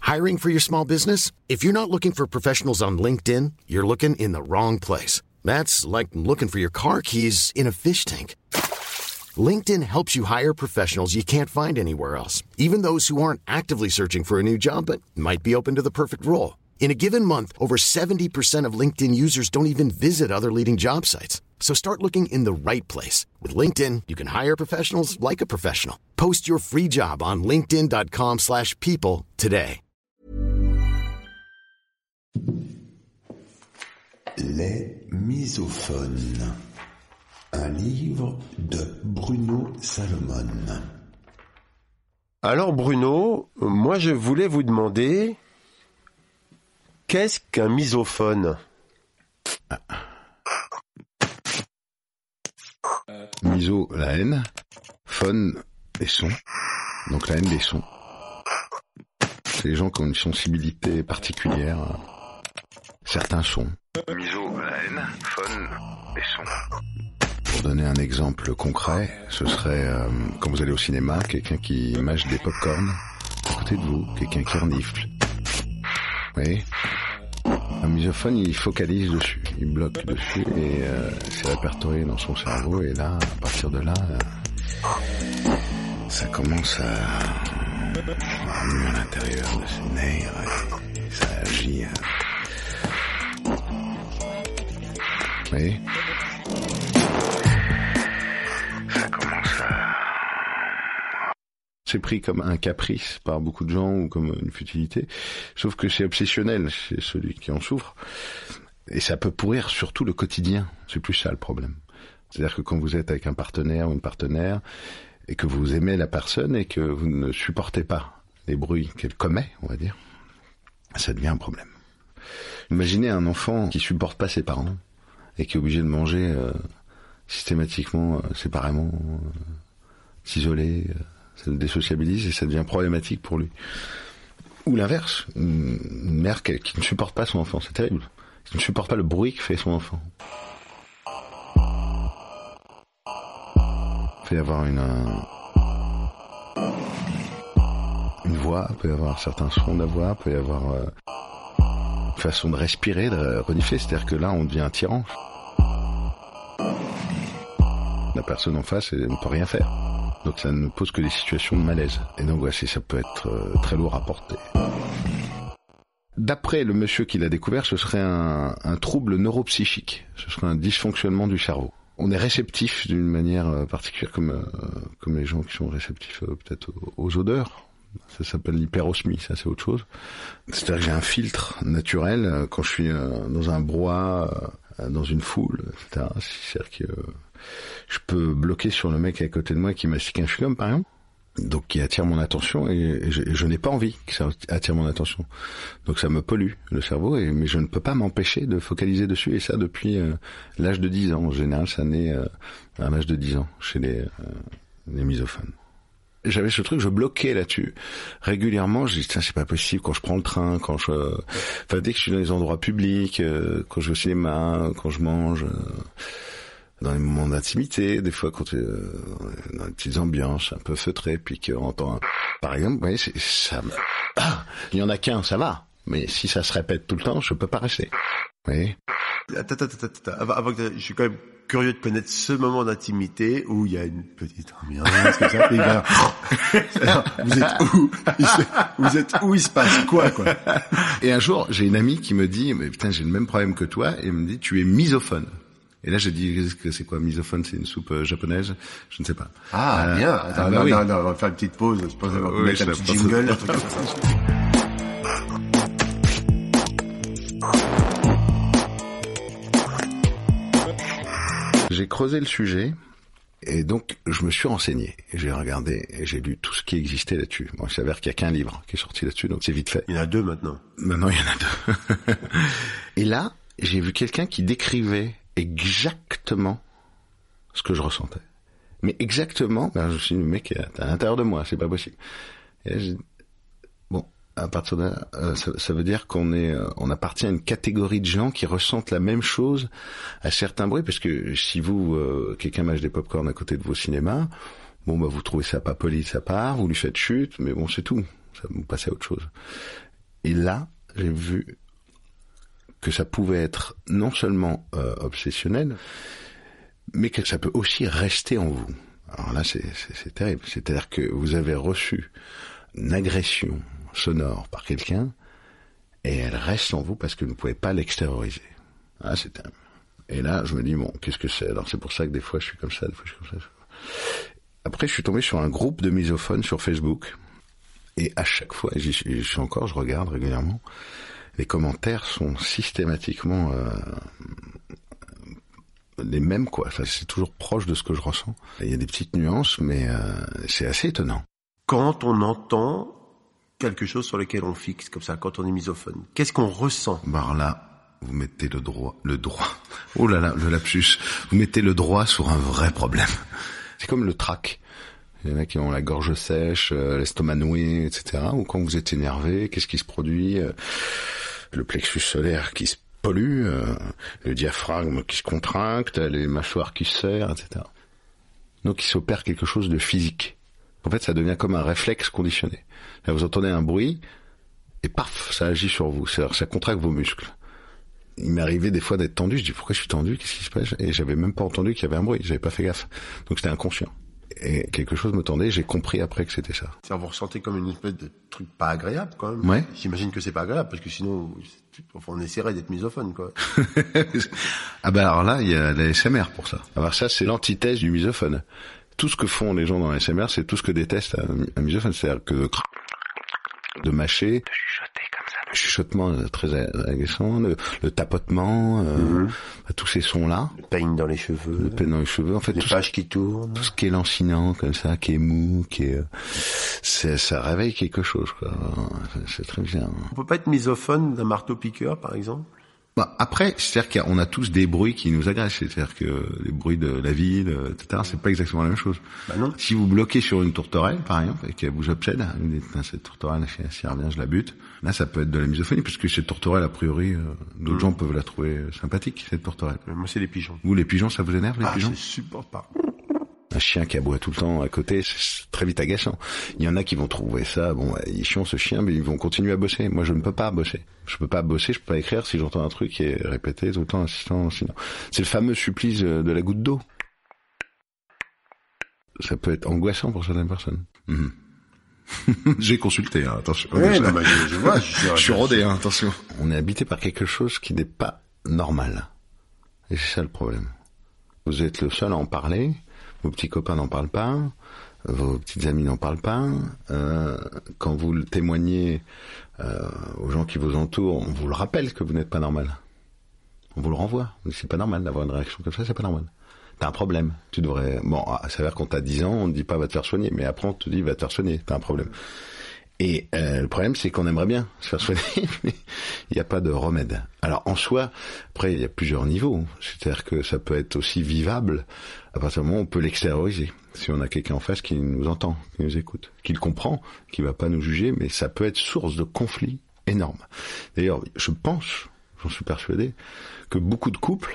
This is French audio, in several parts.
Hiring for your small business? If you're not looking for professionals on LinkedIn, you're looking in the wrong place. That's like looking for your car keys in a fish tank. LinkedIn helps you hire professionals you can't find anywhere else, even those who aren't actively searching for a new job but might be open to the perfect role. In a given month, over 70% of LinkedIn users don't even visit other leading job sites. So start looking in the right place. With LinkedIn, you can hire professionals like a professional. Post your free job on linkedin.com/people today. Les misophones. Un livre de Bruno Salomon. Alors Bruno, moi je voulais vous demander, qu'est-ce qu'un misophone ? Miso, la haine. Phone, les sons. Donc la haine des sons. C'est les gens qui ont une sensibilité particulière à certains sons. Miso, la haine. Phone, les sons. Pour donner un exemple concret, ce serait quand vous allez au cinéma, quelqu'un qui mâche des pop-corn à côté de vous, quelqu'un qui renifle. Vous voyez ? Un misophone, il focalise dessus, il bloque dessus et c'est répertorié dans son cerveau et là, à partir de là, ça commence à remuer à l'intérieur de ses nerfs et ça agit. Vous voyez ? Ça commence à... C'est pris comme un caprice par beaucoup de gens ou comme une futilité, sauf que c'est obsessionnel chez celui qui en souffre, et ça peut pourrir surtout le quotidien, c'est plus ça le problème. C'est-à-dire que quand vous êtes avec un partenaire ou une partenaire, et que vous aimez la personne et que vous ne supportez pas les bruits qu'elle commet, on va dire, ça devient un problème. Imaginez un enfant qui supporte pas ses parents, et qui est obligé de manger systématiquement, séparément, s'isoler, ça le désociabilise et ça devient problématique pour lui. Ou l'inverse, une mère qui ne supporte pas son enfant, c'est terrible. Qui ne supporte pas le bruit que fait son enfant. Il peut y avoir une voix, il peut y avoir certains sons de la voix, il peut y avoir une façon de respirer, de renifler, c'est-à-dire que là on devient un tyran. La personne en face, elle ne peut rien faire. Donc ça ne pose que des situations de malaise. Et donc ouais, ça peut être très lourd à porter. D'après le monsieur qui l'a découvert, ce serait un trouble neuropsychique. Ce serait un dysfonctionnement du cerveau. On est réceptif d'une manière particulière, comme les gens qui sont réceptifs peut-être aux odeurs. Ça s'appelle l'hyperosmie, ça c'est autre chose. C'est-à-dire que j'ai un filtre naturel quand je suis dans un brouhaha, dans une foule, etc. C'est-à-dire que je peux bloquer sur le mec qui est à côté de moi qui mastique un chewing-gum, par exemple, donc qui attire mon attention et je n'ai pas envie que ça attire mon attention. Donc ça me pollue le cerveau, mais je ne peux pas m'empêcher de focaliser dessus, et ça depuis l'âge de 10 ans. En général, ça naît à l'âge de 10 ans chez les misophones. J'avais ce truc, je bloquais là-dessus. Régulièrement, je dis, tiens, c'est pas possible, quand je prends le train, dès que je suis dans les endroits publics, quand je vais au cinéma, quand je mange, dans les moments d'intimité, des fois quand tu es dans des petites ambiances un peu feutrées, puis qu'on entend par exemple, vous voyez, il y en a qu'un, ça va. Mais si ça se répète tout le temps, je peux pas rester. Vous voyez? Attends. Avant que je suis quand même curieux de connaître ce moment d'intimité où il y a une petite ambiance comme ça. Et alors, vous êtes où? Il se passe quoi? Et un jour, j'ai une amie qui me dit, mais putain, j'ai le même problème que toi, et elle me dit, tu es misophone. Et là, je dis, c'est quoi, misophone? C'est une soupe japonaise? Je ne sais pas. Ah, bien. Attends, non, on va faire une petite pause. Je pense qu'on va mettre un petit jingle, un truc comme ça. J'ai creusé le sujet, et donc je me suis renseigné. Et j'ai regardé, et j'ai lu tout ce qui existait là-dessus. Bon, il s'avère qu'il n'y a qu'un livre qui est sorti là-dessus, donc c'est vite fait. Il y en a 2 maintenant. Maintenant, il y en a 2. Et là, j'ai vu quelqu'un qui décrivait exactement ce que je ressentais. Mais exactement, je me suis dit, le mec est à l'intérieur de moi, c'est pas possible. Et là, bon, à partir de là, ça veut dire on appartient à une catégorie de gens qui ressentent la même chose à certains bruits, parce que si quelqu'un mâche des pop-corn à côté de vos cinémas, vous trouvez ça pas poli de sa part, vous lui faites chute, mais bon, c'est tout. Ça vous passez à autre chose. Et là, j'ai vu que ça pouvait être non seulement obsessionnel, mais que ça peut aussi rester en vous. Alors là, c'est terrible. C'est-à-dire que vous avez reçu une agression sonore par quelqu'un, et elle reste en vous parce que vous ne pouvez pas l'extérioriser. Ah, c'est terrible. Et là, je me dis, bon, qu'est-ce que c'est? Alors c'est pour ça que des fois je suis comme ça, des fois je suis comme ça. Après, je suis tombé sur un groupe de misophones sur Facebook, et à chaque fois, j'y suis encore, je regarde régulièrement, les commentaires sont systématiquement les mêmes, quoi. Enfin, c'est toujours proche de ce que je ressens. Il y a des petites nuances, mais c'est assez étonnant. Quand on entend quelque chose sur lequel on fixe, comme ça, quand on est misophone, qu'est-ce qu'on ressent? Bah là, vous mettez le droit, oh là là, le lapsus, vous mettez le doigt sur un vrai problème. C'est comme le trac. Il y en a qui ont la gorge sèche, l'estomac noué, etc. Ou quand vous êtes énervé, qu'est-ce qui se produit? Le plexus solaire qui se pollue, le diaphragme qui se contracte, les mâchoires qui se serrent, etc. Donc il s'opère quelque chose de physique. En fait, ça devient comme un réflexe conditionné. Là, vous entendez un bruit, et paf, ça agit sur vous. C'est-à-dire, ça contracte vos muscles. Il m'est arrivé des fois d'être tendu, je dis pourquoi je suis tendu, qu'est-ce qui se passe? Et j'avais même pas entendu qu'il y avait un bruit, j'avais pas fait gaffe. Donc c'était inconscient. Et quelque chose me tendait, j'ai compris après que c'était ça. C'est-à-dire, vous ressentez comme une espèce de truc pas agréable, quand même. Ouais. J'imagine que c'est pas agréable, parce que sinon, on essaierait d'être misophone, quoi. Ah ben alors là, il y a l'ASMR pour ça. Alors ça, c'est l'antithèse du misophone. Tout ce que font les gens dans l'ASMR, c'est tout ce que déteste un misophone. C'est-à-dire que de mâcher, de chuchoter comme ça, le chuchotement très agaçant, le tapotement, tous ces sons-là. Le peigne dans les cheveux. Le peigne dans les cheveux. En fait, les pages qui tournent. Tout ce qui est lancinant, comme ça, qui est mou, ça réveille quelque chose, quoi. C'est très bien. On peut pas être misophone d'un marteau-piqueur, par exemple? Bah, après, c'est-à-dire qu'on a tous des bruits qui nous agressent. C'est-à-dire que les bruits de la ville, etc., c'est pas exactement la même chose. Bah non. Si vous bloquez sur une tourterelle, par exemple, et qu'elle vous obsède, vous dites, cette tourterelle, si elle revient, je la bute. Là, ça peut être de la misophonie, parce que cette tourterelle, a priori, d'autres gens peuvent la trouver sympathique, cette tourterelle. Moi, c'est les pigeons. Vous, les pigeons, ça vous énerve, les pigeons? Je supporte pas. Un chien qui aboie tout le temps à côté, c'est très vite agaçant. Il y en a qui vont trouver ça, bon, il est chiant ce chien, mais ils vont continuer à bosser. Moi, je ne peux pas bosser. Je peux pas écrire si j'entends un truc qui est répété tout le temps, sinon. C'est le fameux supplice de la goutte d'eau. Ça peut être angoissant pour certaines personnes. J'ai consulté, hein, attention. Ouais, non, je vois, je suis rodé, hein, attention. On est habité par quelque chose qui n'est pas normal. Et c'est ça le problème. Vous êtes le seul à en parler. Vos petits copains n'en parlent pas, vos petites amies n'en parlent pas. Quand vous le témoignez aux gens qui vous entourent, on vous le rappelle que vous n'êtes pas normal. On vous le renvoie. C'est pas normal d'avoir une réaction comme ça, c'est pas normal. T'as un problème. Tu devrais... Bon, ça s'avère quand t'as 10 ans, on ne dit pas va te faire soigner, mais après on te dit va te faire soigner, t'as un problème. Et le problème, c'est qu'on aimerait bien se faire soigner, mais il n'y a pas de remède. Alors en soi, après, il y a plusieurs niveaux. C'est-à-dire que ça peut être aussi vivable à partir du moment où on peut l'extérioriser. Si on a quelqu'un en face qui nous entend, qui nous écoute, qui le comprend, qui va pas nous juger, mais ça peut être source de conflits énormes. D'ailleurs, je pense, j'en suis persuadé, que beaucoup de couples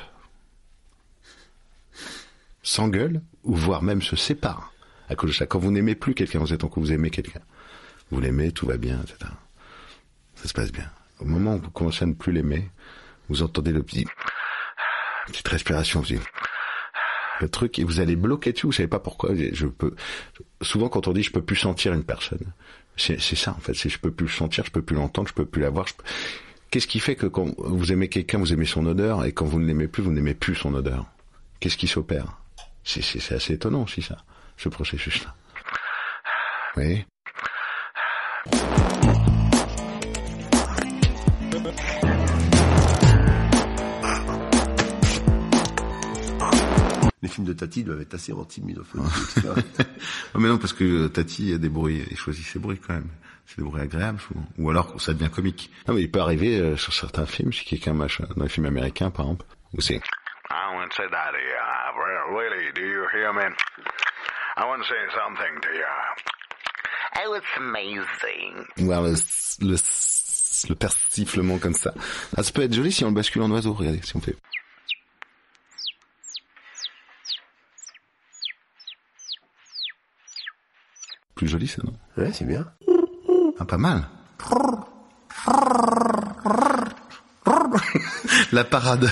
s'engueulent, ou voire même se séparent à cause de ça. Quand vous n'aimez plus quelqu'un, vous êtes en couple, vous aimez quelqu'un. Vous l'aimez, tout va bien, etc. Ça se passe bien. Au moment où vous commencez à ne plus l'aimer, vous entendez le petite respiration, vous dites, le truc, et vous allez bloquer dessus, vous savez pas pourquoi. Souvent quand on dit je peux plus sentir une personne, c'est ça en fait, c'est je peux plus le sentir, je peux plus l'entendre, je peux plus la voir. Qu'est-ce qui fait que quand vous aimez quelqu'un, vous aimez son odeur, et quand vous ne l'aimez plus, vous n'aimez plus son odeur? Qu'est-ce qui s'opère? C'est assez étonnant aussi ça, ce processus-là. Vous voyez? Les films de Tati doivent être assez anti-misophoniques. Mais non, parce que Tati a des bruits, il choisit ses bruits quand même. C'est des bruits agréables souvent. Ou alors ça devient comique. Non, mais il peut arriver sur certains films, si quelqu'un machin, dans les films américains par exemple, où c'est I want to say that really, do you hear me? I want to say something to you. Oh, it's amazing. Ou alors le persiflement comme ça. Ah, ça peut être joli si on le bascule en oiseau, regardez, si on fait. Plus joli ça, non? Ouais, c'est bien. Ah, pas mal. La parade.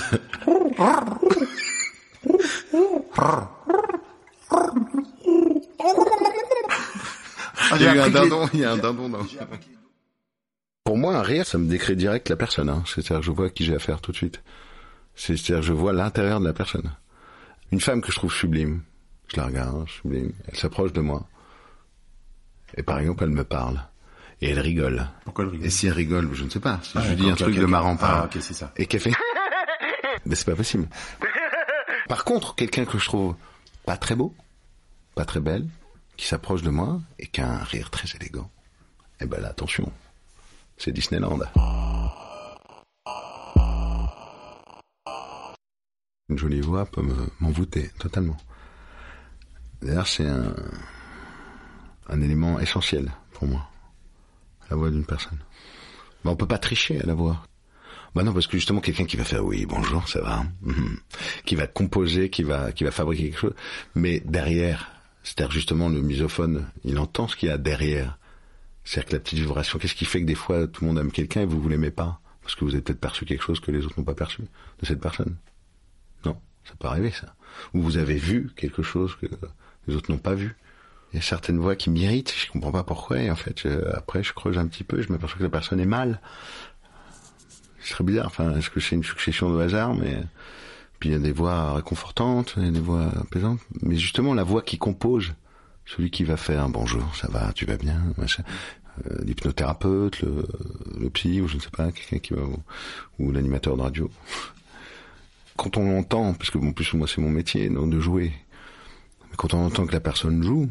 Il y a un dindon dans... Pour moi, un rire, ça me décrit direct la personne. Hein. C'est-à-dire que je vois à qui j'ai affaire tout de suite. C'est-à-dire que je vois l'intérieur de la personne. Une femme que je trouve sublime, je la regarde, sublime, elle s'approche de moi. Et par exemple, elle me parle. Et elle rigole. Pourquoi elle rigole? Et si elle rigole, je ne sais pas. Si je lui dis un truc de marrant, ok, c'est ça. Et qu'elle fait... Mais c'est pas possible. Par contre, quelqu'un que je trouve pas très beau, pas très belle, qui s'approche de moi et qui a un rire très élégant, eh ben là, attention, c'est Disneyland. Une jolie voix peut m'envoûter totalement. D'ailleurs, c'est un élément essentiel pour moi, la voix d'une personne. Mais on peut pas tricher à la voix. Bah non, parce que justement, quelqu'un qui va faire oui, bonjour, ça va, qui va composer, qui va fabriquer quelque chose, mais derrière, c'est-à-dire justement le misophone, il entend ce qu'il y a derrière. C'est-à-dire que la petite vibration, qu'est-ce qui fait que des fois tout le monde aime quelqu'un et vous l'aimez pas? Parce que vous avez peut-être perçu quelque chose que les autres n'ont pas perçu de cette personne. Non, ça peut arriver ça. Ou vous avez vu quelque chose que les autres n'ont pas vu. Il y a certaines voix qui m'irritent, je comprends pas pourquoi, et en fait, après je creuse un petit peu, je m'aperçois que la personne est mal. C'est très bizarre, enfin, est-ce que c'est une succession de hasard, mais... Puis il y a des voix réconfortantes, il y a des voix apaisantes, mais justement la voix qui compose, celui qui va faire bonjour, ça va, tu vas bien, machin, l'hypnothérapeute, le psy, ou je ne sais pas, quelqu'un qui va, ou l'animateur de radio. Quand on l'entend, parce que en plus moi c'est mon métier, donc de jouer, mais quand on entend que la personne joue,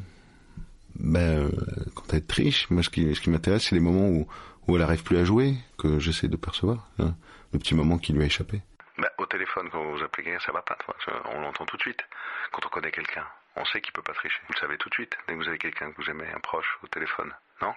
quand elle triche, moi ce qui m'intéresse c'est les moments où elle arrive plus à jouer, que j'essaie de percevoir, hein, le petit moment qui lui a échappé. Au téléphone, quand vous appelez quelqu'un, ça va pas. On l'entend tout de suite. Quand on connaît quelqu'un, on sait qu'il peut pas tricher. Vous le savez tout de suite. Dès que vous avez quelqu'un que vous aimez, un proche au téléphone, non?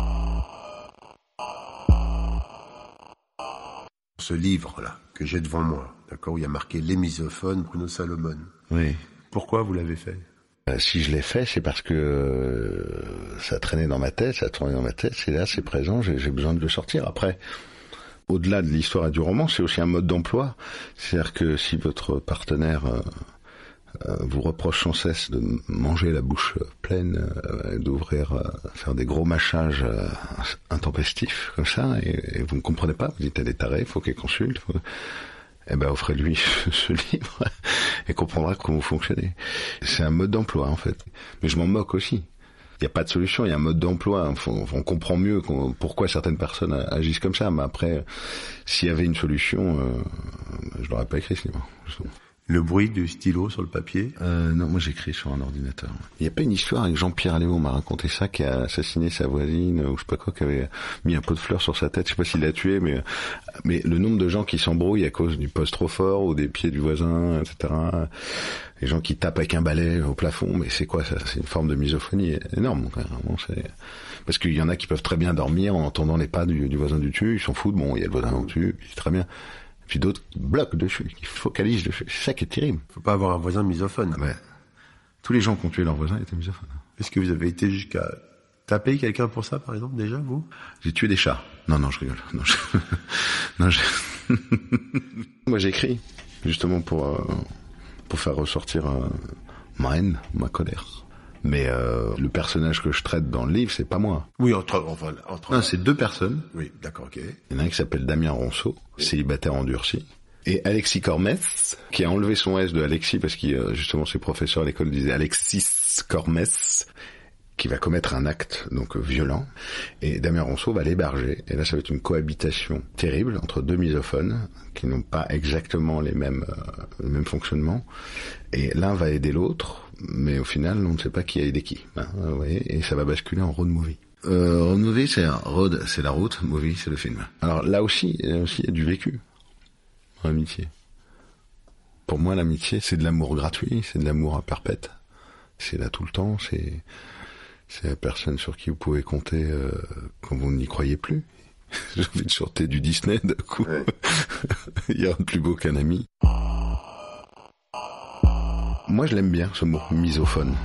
Ce livre-là, que j'ai devant moi, d'accord, où il y a marqué Les misophones, Bruno Salomon. Oui. Pourquoi vous l'avez fait? Si je l'ai fait, c'est parce que ça traînait dans ma tête, c'est là, c'est présent, j'ai besoin de le sortir. Après, au-delà de l'histoire et du roman, c'est aussi un mode d'emploi. C'est-à-dire que si votre partenaire vous reproche sans cesse de manger la bouche pleine, faire des gros mâchages intempestifs comme ça, et vous ne comprenez pas, vous dites elle est tarée, il faut qu'elle consulte, offrez-lui ce livre et comprendra comment vous fonctionnez. C'est un mode d'emploi en fait. Mais je m'en moque aussi. Il n'y a pas de solution, il y a un mode d'emploi. On comprend mieux pourquoi certaines personnes agissent comme ça. Mais après, s'il y avait une solution, je l'aurais pas écrit ce livre. Le bruit du stylo sur le papier? Non, moi j'écris sur un ordinateur. Il n'y a pas une histoire avec Jean-Pierre Léo, m'a raconté ça, qui a assassiné sa voisine, ou je sais pas quoi, qui avait mis un pot de fleurs sur sa tête, je sais pas s'il l'a tué, mais le nombre de gens qui s'embrouillent à cause du poste trop fort, ou des pieds du voisin, etc. Les gens qui tapent avec un balai au plafond, mais c'est quoi ça? C'est une forme de misophonie énorme, quoi. Vraiment, parce qu'il y en a qui peuvent très bien dormir en entendant les pas du voisin du dessus, ils s'en foutent, bon, il y a le voisin au-dessus, puis c'est très bien. Puis d'autres qui bloquent dessus, qui focalisent dessus. C'est ça qui est terrible. Faut pas avoir un voisin misophone. Tous les gens qui ont tué leur voisin étaient misophones. Est-ce que vous avez été jusqu'à taper quelqu'un pour ça, par exemple, déjà, vous? J'ai tué des chats. Non, je rigole. Moi, j'écris, justement, pour faire ressortir ma haine, ma colère. Mais le personnage que je traite dans le livre, c'est pas moi. Oui, entre. Non, c'est deux personnes. Oui, d'accord, ok. Il y en a un qui s'appelle Damien Ronceau, célibataire endurci, et Alexis Cormès, qui a enlevé son S de Alexis parce que justement ses professeurs à l'école disaient Alexis Cormès, qui va commettre un acte donc violent, et Damien Ronceau va l'héberger. Et là, ça va être une cohabitation terrible entre deux misophones qui n'ont pas exactement le même fonctionnement. Et l'un va aider l'autre, mais au final, on ne sait pas qui a aidé qui. Hein, vous voyez, et ça va basculer en road movie. Road movie, road, c'est la route, movie, c'est le film. Alors là aussi, il y a du vécu dans l'amitié. Pour moi, l'amitié, c'est de l'amour gratuit, c'est de l'amour à perpète. C'est là tout le temps, c'est la personne sur qui vous pouvez compter quand vous n'y croyez plus. J'ai envie de sortir du Disney d'un coup. Ouais. Il y a rien de plus beau qu'un ami. Moi, je l'aime bien, ce mot, misophone.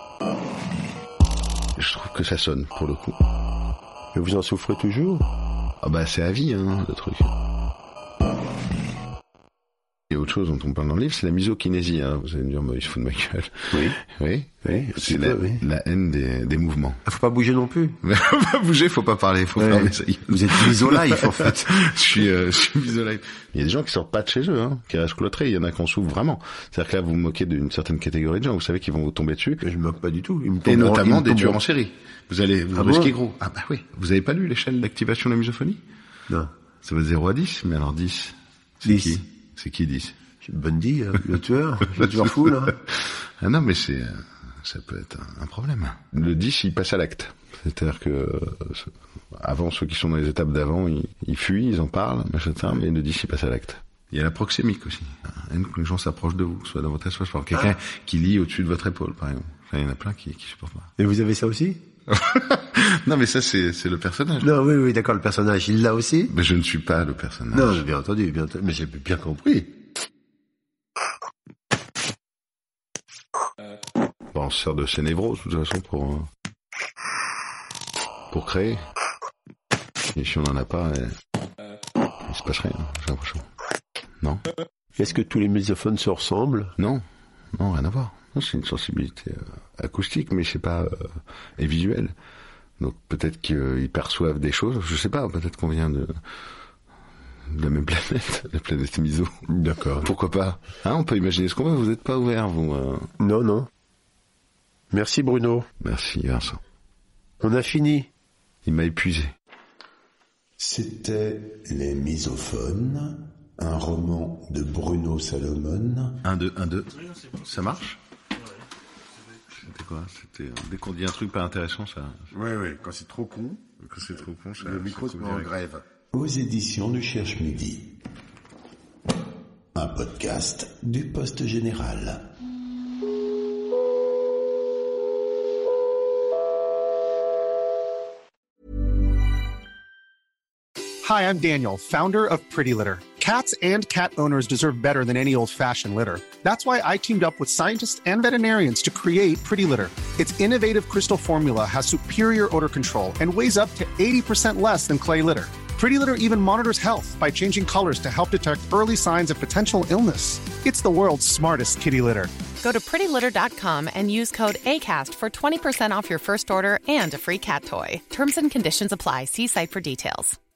Je trouve que ça sonne, pour le coup. Et vous en souffrez toujours? Ah bah, c'est à vie, hein, le truc. autre chose dont on parle dans le livre, c'est la misokinésie. Hein. Vous allez me dire, il se fout de ma gueule. Oui. C'est la haine des mouvements. Faut pas bouger non plus. Faut pas bouger, faut pas parler, faut fermer ça. Vous êtes miso-life, en fait. Je suis miso-life. Il y a des gens qui sortent pas de chez eux, hein, qui restent cloîtrés. Il y en a qui en souffrent vraiment. C'est-à-dire que là, vous vous moquez d'une certaine catégorie de gens. Vous savez qu'ils vont vous tomber dessus. Je me moque pas du tout. Et notamment des tueurs en série. Vous risquez gros. Ah bah oui. Vous avez pas lu l'échelle d'activation de la misophonie? Non. Ça va de 0 à 10, mais alors 10. 10. C'est qui 10? Bundy, le tueur fou, là. Ah non, mais ça peut être un problème. Le 10, il passe à l'acte. C'est-à-dire que, avant, ceux qui sont dans les étapes d'avant, ils fuient, ils en parlent, machin, mais le 10, il passe à l'acte. Il y a la proxémique aussi. Que les gens s'approchent de vous, soit dans votre espace, par quelqu'un qui lit au-dessus de votre épaule, par exemple. Enfin, il y en a plein qui supportent pas. Et vous avez ça aussi? Non, mais ça, c'est le personnage. Non, oui, d'accord, le personnage, il l'a aussi? Mais je ne suis pas le personnage. Non, bien entendu, mais j'ai bien compris. Bon, on se sert de ces névroses, de toute façon, pour créer. Et si on n'en a pas, il se passe rien, j'ai l'impression. Non? Est-ce que tous les misophones se ressemblent? Non, rien à voir. Non, c'est une sensibilité acoustique, mais c'est pas et visuelle. Donc peut-être qu'ils perçoivent des choses, je sais pas, peut-être qu'on vient de la même planète, la planète miso. D'accord. Pourquoi pas? Hein, on peut imaginer ce qu'on veut, vous n'êtes pas ouvert, vous. Non. Merci Bruno. Merci Vincent. On a fini. Il m'a épuisé. C'était Les Misophones, un roman de Bruno Salomon. 1, 2, 1, 2. Ça marche? C'était quoi? Dès qu'on dit un truc pas intéressant, ça... Oui, quand c'est trop con. Ça, le micro se met en grève. Aux éditions du Cherche Midi. Un podcast du Poste Général. Hi, I'm Daniel, founder of Pretty Litter. Cats and cat owners deserve better than any old-fashioned litter. That's why I teamed up with scientists and veterinarians to create Pretty Litter. Its innovative crystal formula has superior odor control and weighs up to 80% less than clay litter. Pretty Litter even monitors health by changing colors to help detect early signs of potential illness. It's the world's smartest kitty litter. Go to prettylitter.com and use code ACAST for 20% off your first order and a free cat toy. Terms and conditions apply. See site for details.